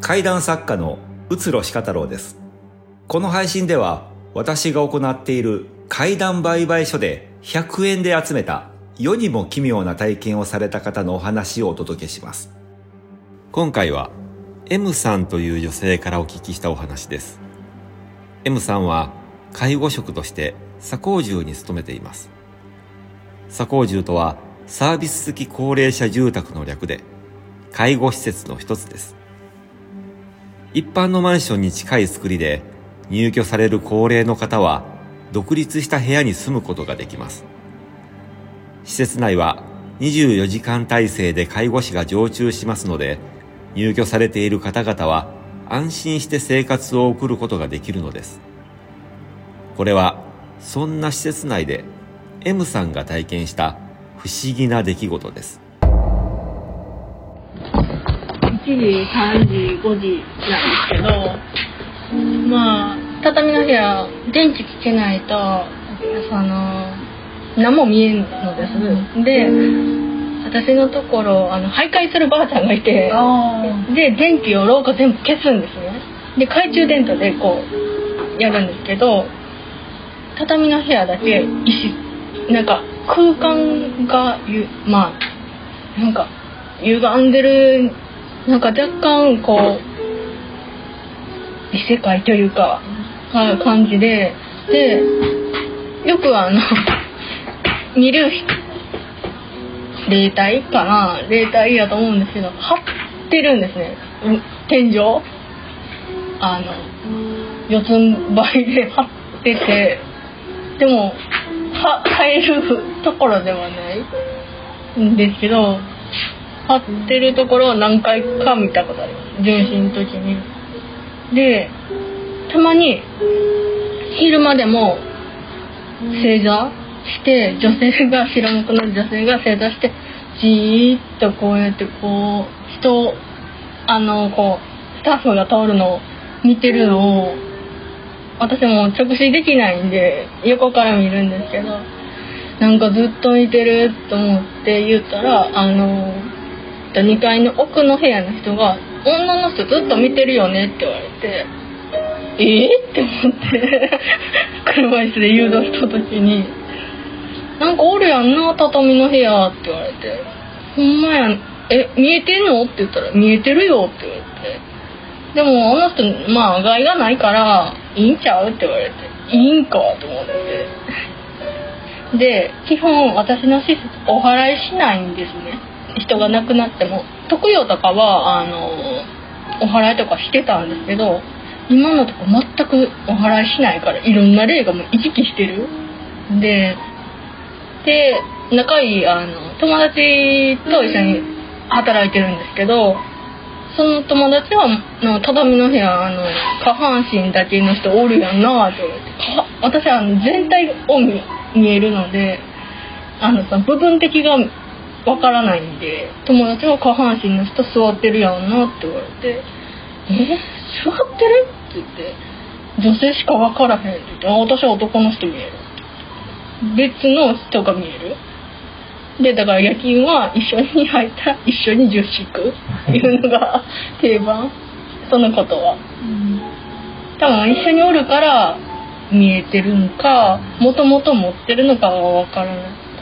怪談作家の宇津呂鹿太郎です。この配信では私が行っている怪談売買所で100円で集めた世にも奇妙な体験をされた方のお話をお届けします。今回は M さんという女性からお聞きしたお話です。 M さんは介護職として左高住に勤めています。左高住とはサービス付き高齢者住宅の略で介護施設の一つです。一般のマンションに近い作りで入居される高齢の方は独立した部屋に住むことができます。施設内は24時間体制で介護士が常駐しますので、入居されている方々は安心して生活を送ることができるのです。これはそんな施設内で M さんが体験した不思議な出来事です。 1時、3時、5時なんですけど、畳の部屋電気つけないと何も見えんのです。で、私のところ徘徊するばあちゃんがいて、で電気を廊下全部消すんですね。で懐中電灯でこうやるんですけど、畳の部屋だけなんか空間がなんか歪んでる、なんか若干こう異世界というか感じで、よく見る霊体やと思うんですけど、張ってるんですね、天井四つん這いで張ってて、でも入るところではないんですけど、張ってるところを何回か見たことあります、純真の時に。でたまに昼間でも正座して白目の女性が正座してじーっとこうやってこう人をこうスタッフが通るのを見てるのを、私も直視できないんで横から見るんですけど、なんかずっと見てると思って言ったら、2階の奥の部屋の人が「女の人ずっと見てるよね」って言われて、って思って車椅子で誘導した時に「なんかおるやんな畳の部屋」って言われて「ほんまやん、見えてんの?」って言ったら「見えてるよ」って言われて、でもあの人害がないからいいんちゃうって言われて、いいんかと思って、で基本私の施設お祓いしないんですね。人が亡くなっても特養とかはお祓いとかしてたんですけど、今のとこ全くお祓いしないから、いろんな霊がもう行き来してる。で仲いい友達と一緒に働いてるんですけど、その友達は畳の部屋下半身だけの人おるやんなって言われて、私は全体を見えるので部分的がわからないんで、友達は下半身の人座ってるやんなって言われて「座ってる?」って言って「女性しかわからへん」って言って「私は男の人見える」別の人が見える。でだから夜勤は一緒に入ったら一緒に10敷くいうのが定番。そのことは、多分一緒におるから見えてるんか、もともと持ってるのかは分からない。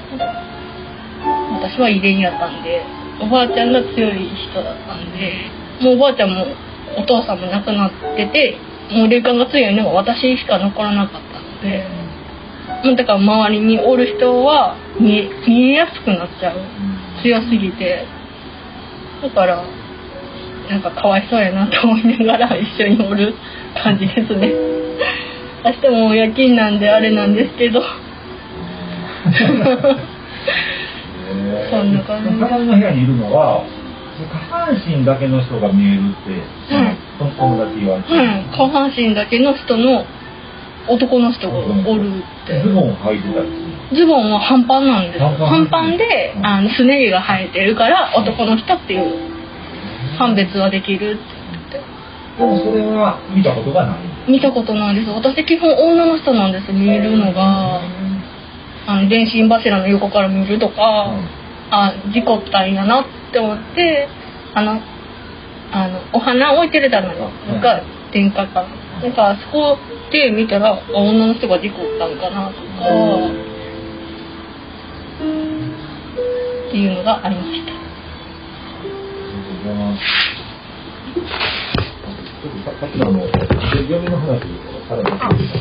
私は遺伝やったんで、おばあちゃんが強い人だったんで、もうおばあちゃんもお父さんも亡くなってて、もう霊感が強いのが私しか残らなかったので、だから周りにおる人は見えやすくなっちゃう、強すぎて。だからなんかかわいそうやなと思いながら一緒におる感じですね。明日も夜勤なんであれなんですけどそんな感じ。 畳の部屋にいるのは下半身だけの人が見えるって、その友達は、 下半身だけの人の男の人がおるって。 ズボン履いてたりする？ ズボンは半パンなんです。半パンですね毛が生えてるから男の人っていう判別はできるって言って。 でもそれは見たことがない？ 見たことないです。私基本女の人なんです、見えるのが。電信柱の横から見るとか、事故ったんやなって思ってお花置いてるじゃないですか、電化館。なんかそこで見たら女の人が事故ったんかなとかっていうのがありました。 さっきの読みの話されましたけど、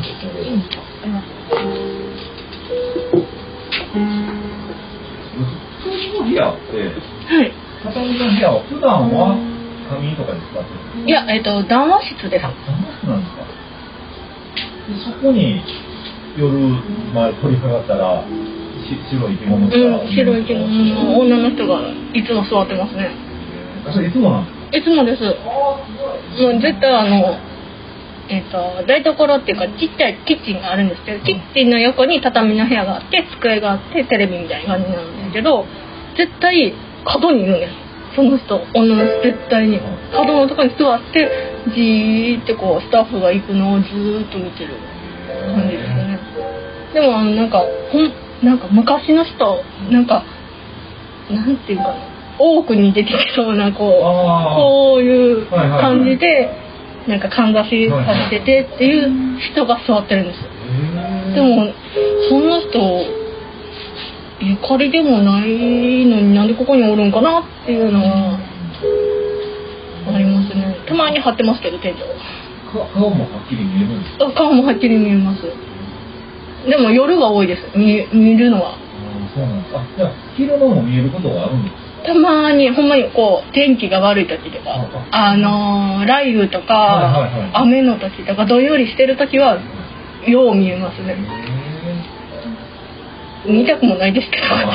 普通の部屋って、畳の部屋は普段は仮眠とかで使ってるんですか？ いや、談話室です。 談話室なんですか？でそこに夜取り掛かったら白い生き物とか、 白い生き物の女の人がいつも座ってますね。 それいつもなんですか？ いつもです。もう絶対台所っていうかちっちゃいキッチンがあるんですけど、キッチンの横に畳の部屋があって机があってテレビみたいな感じなんですけど、絶対角にいるんです。その人、女の人絶対に角のところに座ってじーってこうスタッフが行くのをずーっと見てる感じですね。でもなんか昔の人なんていうかな、多くに出てきそうなこういう感じでなんかかんざしさせててっていう人が座ってるんですよ。でもそんな人ゆかりでもないのになんでここにおるんかなっていうのはありますね。たまに張ってますけど店長。 顔もはっきり見えるんですか？ 顔もはっきり見えます。でも夜が多いです。見るのは。 そうなんですか。じゃあ昼間も見えることがあるんですか？ たまにほんまにこう天気が悪い時とか、雷雨とか、雨の時とかどんよりしてる時はよう見えますね。見たくもないですけど。化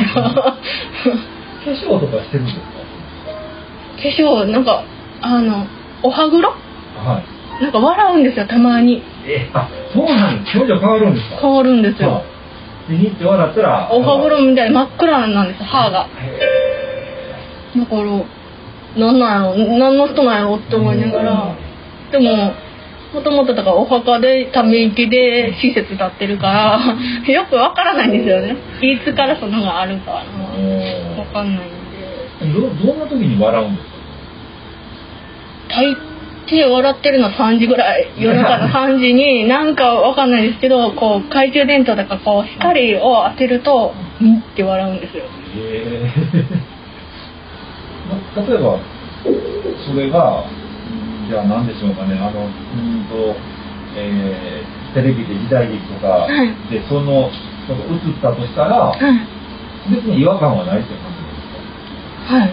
粧とかしてるんですか？ 化粧なんかお歯黒？ はい。 なんか笑うんですよたまに。 そうなんです。表情変わるんですか？ 変わるんですよ。 でにって笑ったらお歯黒みたいに真っ暗なんです歯が。だから何の人なんやろって思いながら、でももともとだからお墓でため息で施設立ってるからよくわからないんですよね。いつからそのがあるかわかんないんで。 どんな時に笑うんですか？ 大抵笑ってるの3時ぐらい、夜中の3時になんかわかんないですけどこう懐中電灯とかこう光を当てるとんって笑うんですよ。 例えばそれがじゃあ何でしょうかね、テレビで時代劇とかでその映ったとしたら、別に違和感はないって感じですか？はい、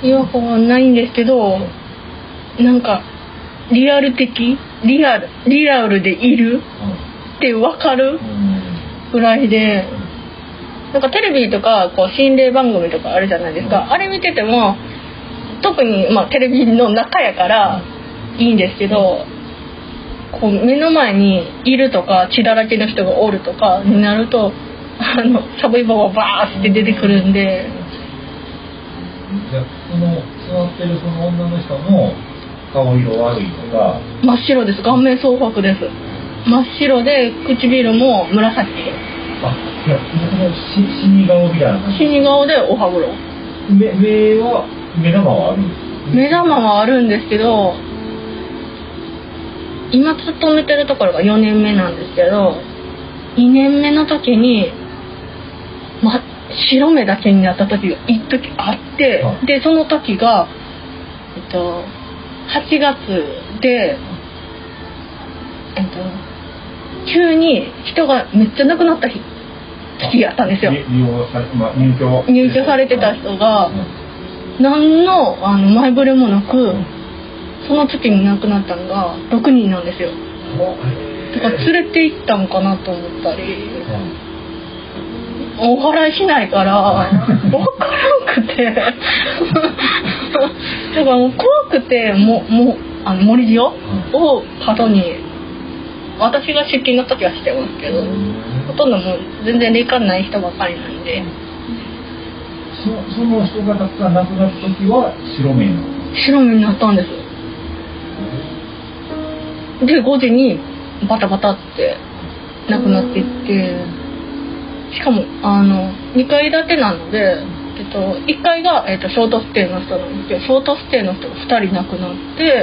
違和感はないんですけど、なんかリアルでいるって分かるぐらいで、なんかテレビとかこう心霊番組とかあるじゃないですか、あれ見てても特にテレビの中やからいいんですけど、こう目の前にいるとか血だらけの人がおるとかになるとサブイボがバーって出てくるんで。 じゃあその座ってるその女の人も顔色悪いとか？ 真っ白です。顔面蒼白です。真っ白で唇も紫。 いや死に顔みたいな感じ。 死に顔でお歯黒。 目玉はあるんですか？ 目玉はあるんですけど、今勤めてるところが4年目なんですけど、2年目の時に白目だけになった時が一時あって、でその時が8月で急に人がめっちゃ亡くなった時やったんですよ。入居されてた人が何の前触れもなくその時に亡くなったのが6人なんですよ。だから連れて行ったんかなと思ったり、お祓いしないから分からんくてだからもう怖くてもう盛り塩を角に私が出勤の時はしてますけど、ほとんどもう全然霊感ない人ばかりなんで。 その人がたくさん亡くなった時は白目になったんです。で5時にバタバタって亡くなっていって、しかも2階建てなので 1階が、ショートステイの人なんですけど、ショートステイの人が2人亡くなって、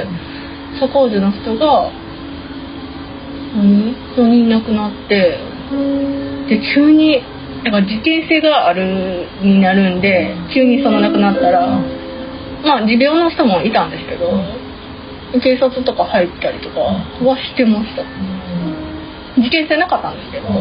サコージの人が4人亡くなって、で急にだから事件性があるになるんで、急にその亡くなったら、まあ持病の人もいたんですけど、警察とか入ったりとかはしてました。事件性なかったんですけど、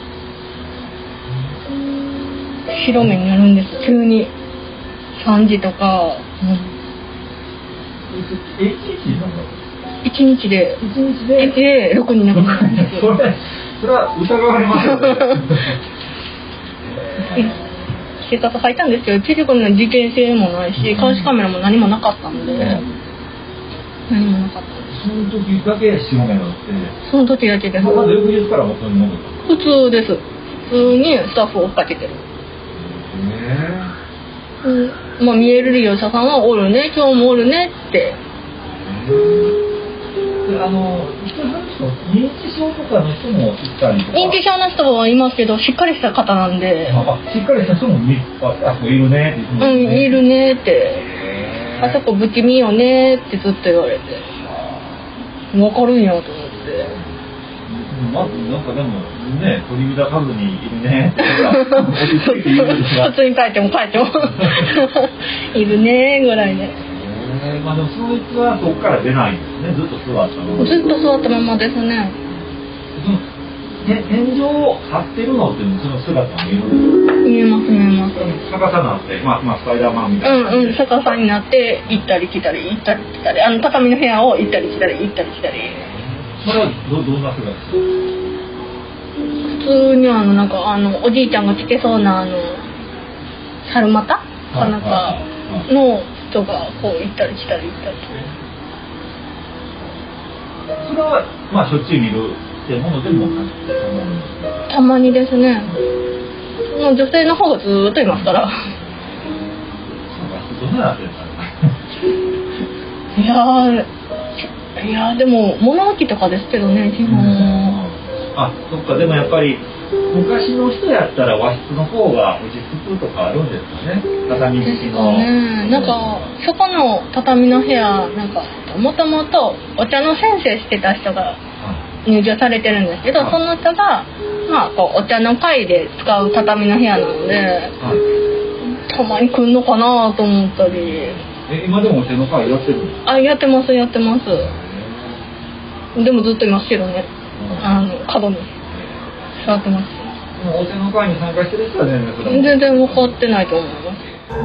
白目になるんです。急に3時とか、1日で6人亡くなるんです。 それは疑われますよね。 警察入ったんですけど、結局の事件性もないし、監視カメラも何もなかったので、何もなかったです。 その時だけ白目になって。 その時だけです。 まだ翌日からもそれ飲む。 普通です。普通にスタッフを追っかけてる。まあ見える利用者さんはおるね、今日もおるねって。 認知症とかの人もいたりとか。 認知症の人はいますけど、しっかりした方なんで。 しっかりした人もいるねって。 いるねって。あそこ不気味よねってずっと言われて。わかるんやと思って。 まずなんかでもね、取り乱さずにいるねって普通に帰ってもいるねぐらいで。 まあでもそいつはそこから出ないんですね。ずっと座ったまま。 ずっと座ったままですね。 天井を張ってるのってその姿が見えるんですか？ 見えます見えます。 逆さになって、まあスパイダーマンみたいな。 逆さになって行ったり来たり行ったり来たり、畳の部屋を行ったり来たり行ったり来たり。 それはどんな姿ですか？ 普通になんかおじいちゃんがつけそうな猿股かなんかの人がこう行ったり来たり行ったり。 それはまあしょっちゅう見るってものでもたまにですね。もう女性の方がずーっといますから。 どんなやってるんですか？ いやでも物置とかですけどね、基本。 そっか。でもやっぱり昔の人やったら和室の方が落ち着くとかあるんですかね。畳敷きの。 なんかそこの畳の部屋なんかもともとお茶の先生してた人が入居されてるんですけど、その人がまあこうお茶の会で使う畳の部屋なので、たまに来るのかなと思ったり。 今でもお茶の会やってるんですか？ やってますやってます。でもずっといますけどね。角に座ってます。 お茶の会に参加してる人は全然分かってないと思います。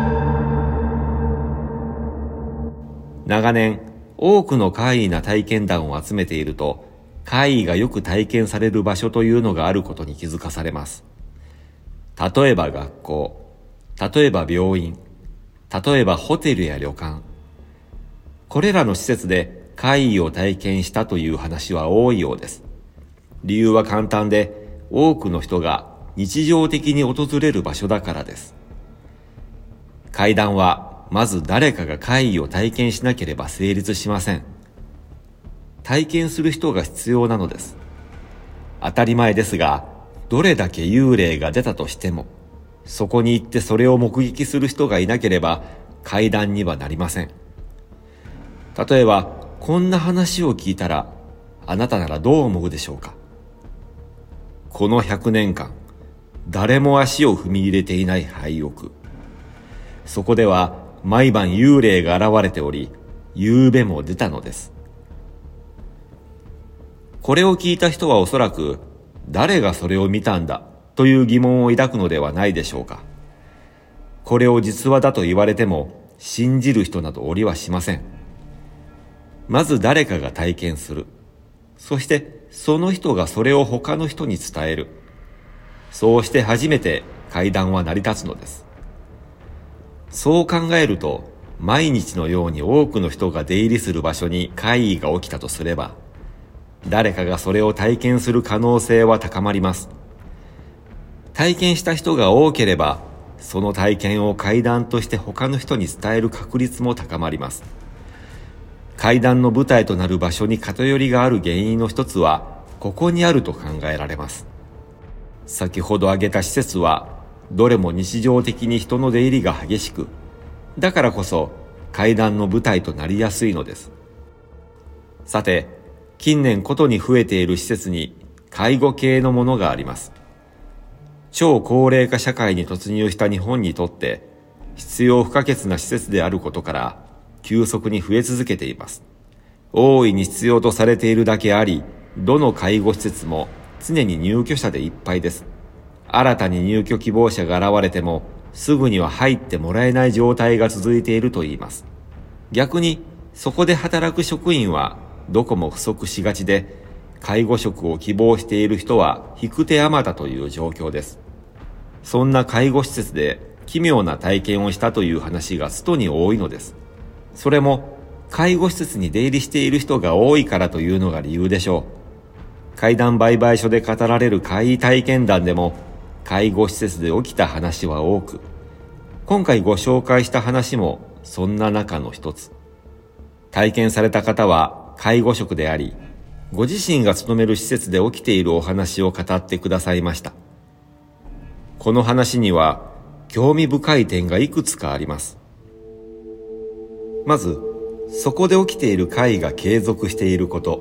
長年多くの怪異な体験談を集めていると、怪異がよく体験される場所というのがあることに気づかされます。例えば学校、例えば病院、例えばホテルや旅館。これらの施設で怪異を体験したという話は多いようです。理由は簡単で、多くの人が日常的に訪れる場所だからです。怪談はまず誰かが怪異を体験しなければ成立しません。体験する人が必要なのです。当たり前ですが、どれだけ幽霊が出たとしても、そこに行ってそれを目撃する人がいなければ怪談にはなりません。例えば、こんな話を聞いたら、あなたならどう思うでしょうか。この100年間、誰も足を踏み入れていない廃屋。そこでは毎晩幽霊が現れており、夕べも出たのです。これを聞いた人はおそらく、誰がそれを見たんだという疑問を抱くのではないでしょうか。これを実話だと言われても、信じる人などおりはしません。まず誰かが体験する。そしてその人がそれを他の人に伝える。そうして初めて怪談は成り立つのです。そう考えると、毎日のように多くの人が出入りする場所に怪異が起きたとすれば、誰かがそれを体験する可能性は高まります。体験した人が多ければ、その体験を怪談として他の人に伝える確率も高まります。怪談の舞台となる場所に偏りがある原因の一つは、ここにあると考えられます。先ほど挙げた施設は、 どれも日常的に人の出入りが激しく、だからこそ怪談の舞台となりやすいのです。さて、近年ことに増えている施設に介護系のものがあります。超高齢化社会に突入した日本にとって必要不可欠な施設であることから急速に増え続けています。大いに必要とされているだけあり、どの介護施設も常に入居者でいっぱいです。新たに入居希望者が現れてもすぐには入ってもらえない状態が続いているといいます。逆にそこで働く職員はどこも不足しがちで、介護職を希望している人は引く手あまたという状況です。そんな介護施設で奇妙な体験をしたという話が外に多いのです。それも介護施設に出入りしている人が多いからというのが理由でしょう。怪談売買所で語られる怪異体験談でも介護施設で起きた話は多く、今回ご紹介した話もそんな中の一つ。体験された方は介護職であり、ご自身が勤める施設で起きているお話を語ってくださいました。この話には興味深い点がいくつかあります。まず、そこで起きている怪が継続していること、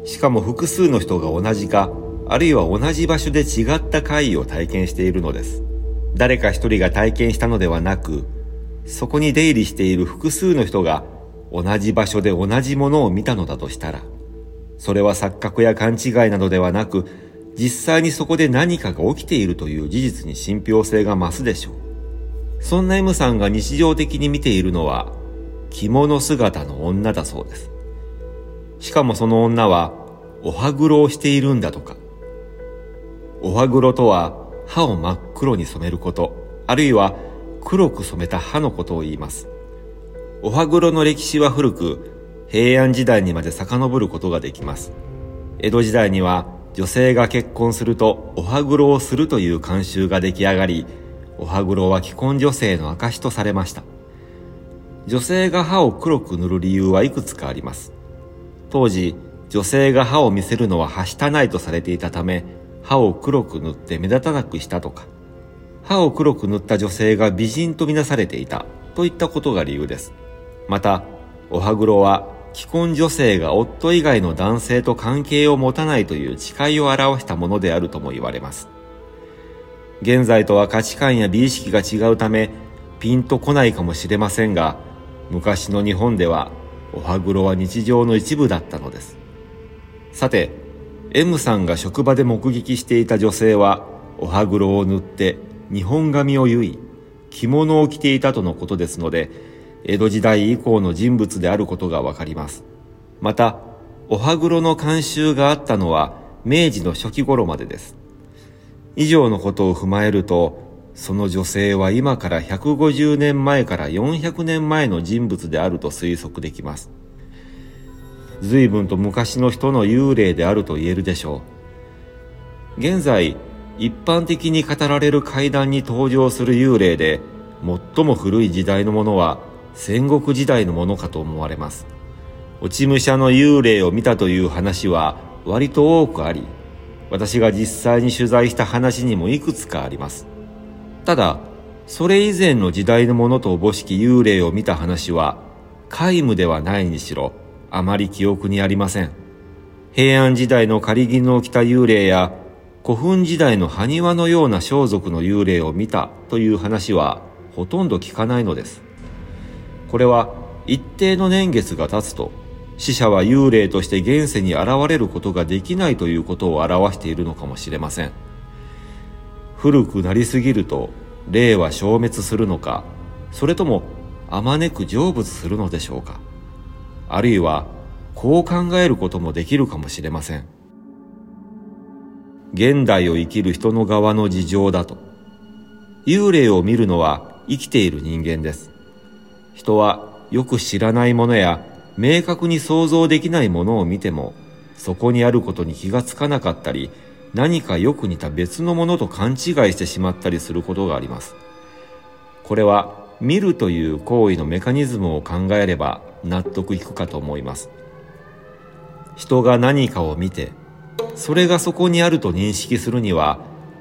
しかも複数の人が同じか、あるいは同じ場所で違った怪異を体験しているのです。誰か一人が体験したのではなく、そこに出入りしている複数の人が同じ場所で同じものを見たのだとしたら、それは錯覚や勘違いなどではなく、実際にそこで何かが起きているという事実に信憑性が増すでしょう。そんな M さんが日常的に見ているのは、着物姿の女だそうです。しかもその女は、お歯黒をしているんだとか。お歯黒とは、歯を真っ黒に染めること、あるいは黒く染めた歯のことを言います。お歯黒の歴史は古く、平安時代にまで遡ることができます。江戸時代には女性が結婚するとお歯黒をするという慣習が出来上がり、お歯黒は既婚女性の証とされました。女性が歯を黒く塗る理由はいくつかあります。当時、女性が歯を見せるのははしたないとされていたため、歯を黒く塗って目立たなくしたとか、歯を黒く塗った女性が美人とみなされていたといったことが理由です。また、お歯黒は既婚女性が夫以外の男性と関係を持たないという誓いを表したものであるとも言われます。現在とは価値観や美意識が違うため、ピンとこないかもしれませんが、昔の日本ではお歯黒は日常の一部だったのです。さて、M さんが職場で目撃していた女性は、お歯黒を塗って日本髪を結い、着物を着ていたとのことですので、江戸時代以降の人物であることがわかります。また、お歯黒の慣習があったのは明治の初期頃までです。以上のことを踏まえると、その女性は今から150年前から400年前の人物であると推測できます。随分と昔の人の幽霊であると言えるでしょう。現在、一般的に語られる怪談に登場する幽霊で、最も古い時代のものは戦国時代のものかと思われます。落ち武者の幽霊を見たという話は割と多くあり、私が実際に取材した話にもいくつかあります。ただ、それ以前の時代のものとおぼしき幽霊を見た話は、皆無ではないにしろ、あまり記憶にありません。平安時代の狩衣を着た幽霊や、古墳時代の埴輪のような装束の幽霊を見たという話は、ほとんど聞かないのです。これは、一定の年月が経つと、死者は幽霊として現世に現れることができないということを表しているのかもしれません。古くなりすぎると、霊は消滅するのか、それとも、あまねく成仏するのでしょうか。あるいは、こう考えることもできるかもしれません。現代を生きる人の側の事情だと。幽霊を見るのは生きている人間です。人はよく知らないものや明確に想像できないものを見ても、そこにあることに気がつかなかったり、何かよく似た別のものと勘違いしてしまったりすることがあります。これは見るという行為のメカニズムを考えれば納得いくかと思います。人が何かを見て、それがそこにあると認識するには、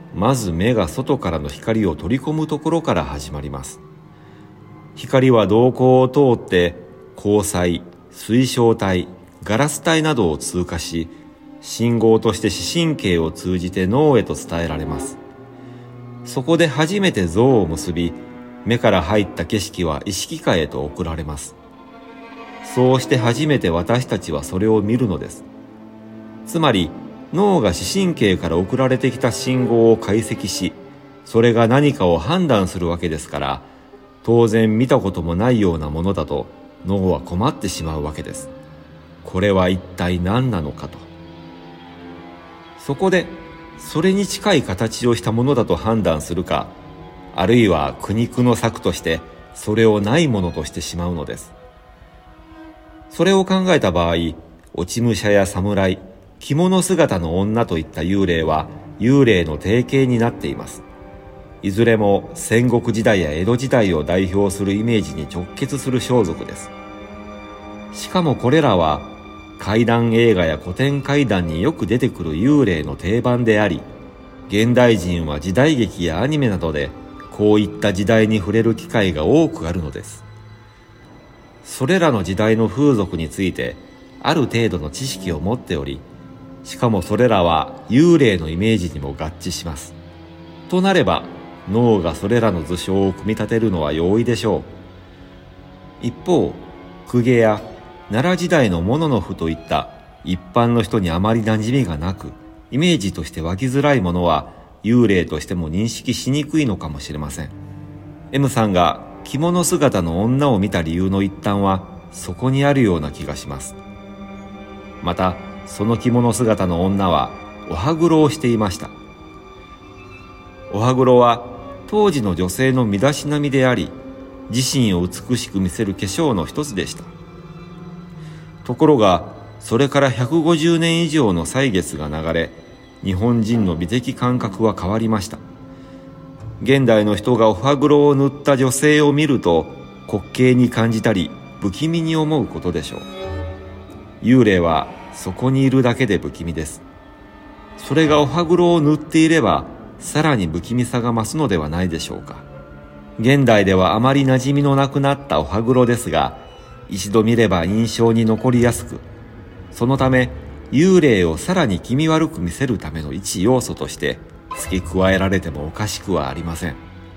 まず目が外からの光を取り込むところから始まります。光は瞳孔を通って虹彩、水晶体、ガラス体などを通過し、信号として視神経を通じて脳へと伝えられます。そこで初めて像を結び、目から入った景色は意識下へと送られます。そうして初めて私たちはそれを見るのです。つまり、脳が視神経から送られてきた信号を解析し、それが何かを判断するわけですから、当然見たこともないようなものだと脳は困ってしまうわけです。これは一体何なのかと。そこで、それに近い形をしたものだと判断するか、あるいは苦肉の策としてそれをないものとしてしまうのです。それを考えた場合、落ち武者や侍、着物姿の女といった幽霊は幽霊の定型になっています。いずれも戦国時代や江戸時代を代表するイメージに直結する装束です。しかもこれらは怪談映画や古典怪談によく出てくる幽霊の定番であり、現代人は時代劇やアニメなどでこういった時代に触れる機会が多くあるのです。それらの時代の風俗についてある程度の知識を持っており、しかもそれらは幽霊のイメージにも合致します。となれば、脳がそれらの図象を組み立てるのは容易でしょう。一方、公家や奈良時代の物の符といった一般の人にあまり馴染みがなく、イメージとして湧きづらいものは幽霊としても認識しにくいのかもしれません。M さんが着物姿の女を見た理由の一端はそこにあるような気がします。また、その着物姿の女はお歯黒をしていました。お歯黒は当時の女性の身だしなみであり、自身を美しく見せる化粧の一つでした。ところが、それから150年以上の歳月が流れ、日本人の美的感覚は変わりました。現代の人がお歯黒を塗った女性を見ると滑稽に感じたり不気味に思うことでしょう。幽霊はそこにいるだけで不気味です。それがお歯黒を塗っていればさらに不気味さが増すのではないでしょうか。現代ではあまり馴染みのなくなったお歯黒ですが、一度見れば印象に残りやすく、そのため幽霊をさらに気味悪く見せるための一要素として付け加えられてもおかしくはありません。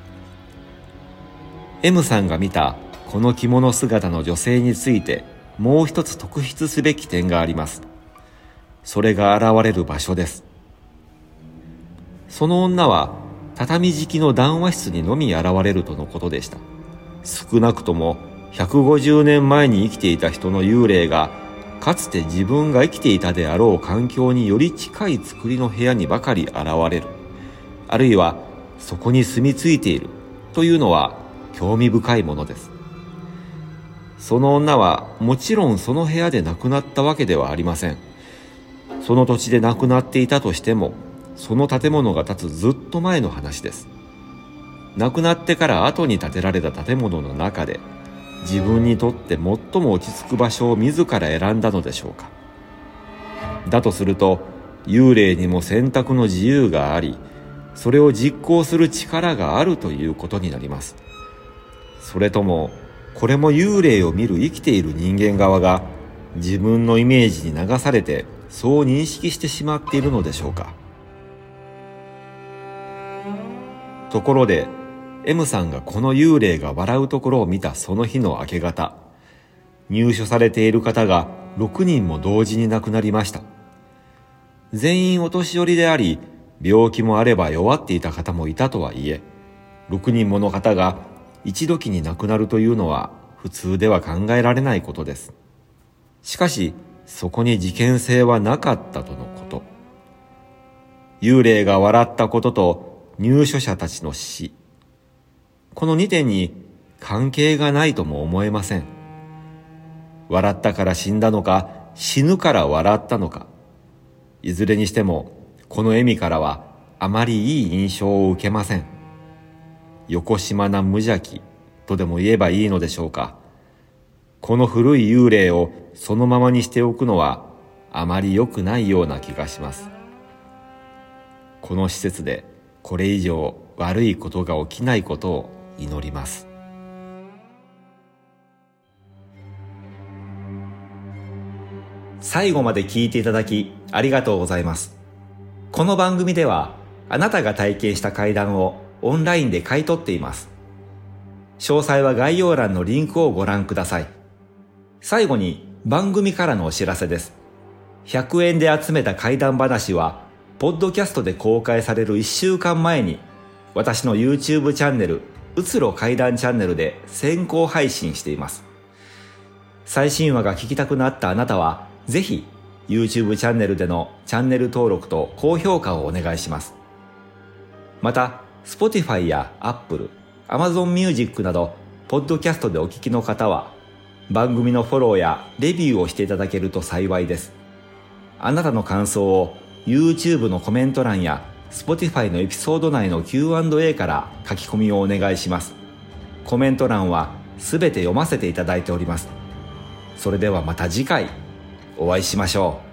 M さんが見たこの着物姿の女性についてもう一つ特筆すべき点があります。それが現れる場所です。その女は畳敷きの談話室にのみ現れるとのことでした。少なくとも150年前に生きていた人の幽霊がかつて自分が生きていたであろう環境により近い作りの部屋にばかり現れる、あるいはそこに住み着いているというのは興味深いものです。その女はもちろんその部屋で亡くなったわけではありません。その土地で亡くなっていたとしても、その建物が建つずっと前の話です。亡くなってから後に建てられた建物の中で、自分にとって最も落ち着く場所を自ら選んだのでしょうか。だとすると、幽霊にも選択の自由があり、それを実行する力があるということになります。それとも、これも幽霊を見る生きている人間側が自分のイメージに流されてそう認識してしまっているのでしょうか。ところで、M さんがこの幽霊が笑うところを見たその日の明け方、入所されている方が6人も同時に亡くなりました。全員お年寄りであり、病気もあれば弱っていた方もいたとはいえ、6人もの方が一時に亡くなるというのは普通では考えられないことです。しかし、そこに事件性はなかったとのこと。幽霊が笑ったことと入所者たちの死、この2点に関係がないとも思えません。笑ったから死んだのか、死ぬから笑ったのか。いずれにしても、この笑みからはあまりいい印象を受けません。よこしまな無邪気とでも言えばいいのでしょうか。この古い幽霊をそのままにしておくのはあまり良くないような気がします。この施設でこれ以上悪いことが起きないことを祈ります。最後まで聞いていただきありがとうございます。この番組ではあなたが体験した怪談をオンラインで買い取っています。詳細は概要欄のリンクをご覧ください。最後に番組からのお知らせです。100円で集めた怪談話はポッドキャストで公開される1週間前に私の YouTube チャンネルうつろ怪談チャンネルで先行配信しています。最新話が聞きたくなったあなたはぜひ YouTube チャンネルでのチャンネル登録と高評価をお願いします。また Spotify や Apple、Amazon Music などポッドキャストでお聞きの方は番組のフォローやレビューをしていただけると幸いです。あなたの感想を YouTube のコメント欄や Spotify のエピソード内の Q&A から書き込みをお願いします。コメント欄はすべて読ませていただいております。それではまた次回お会いしましょう。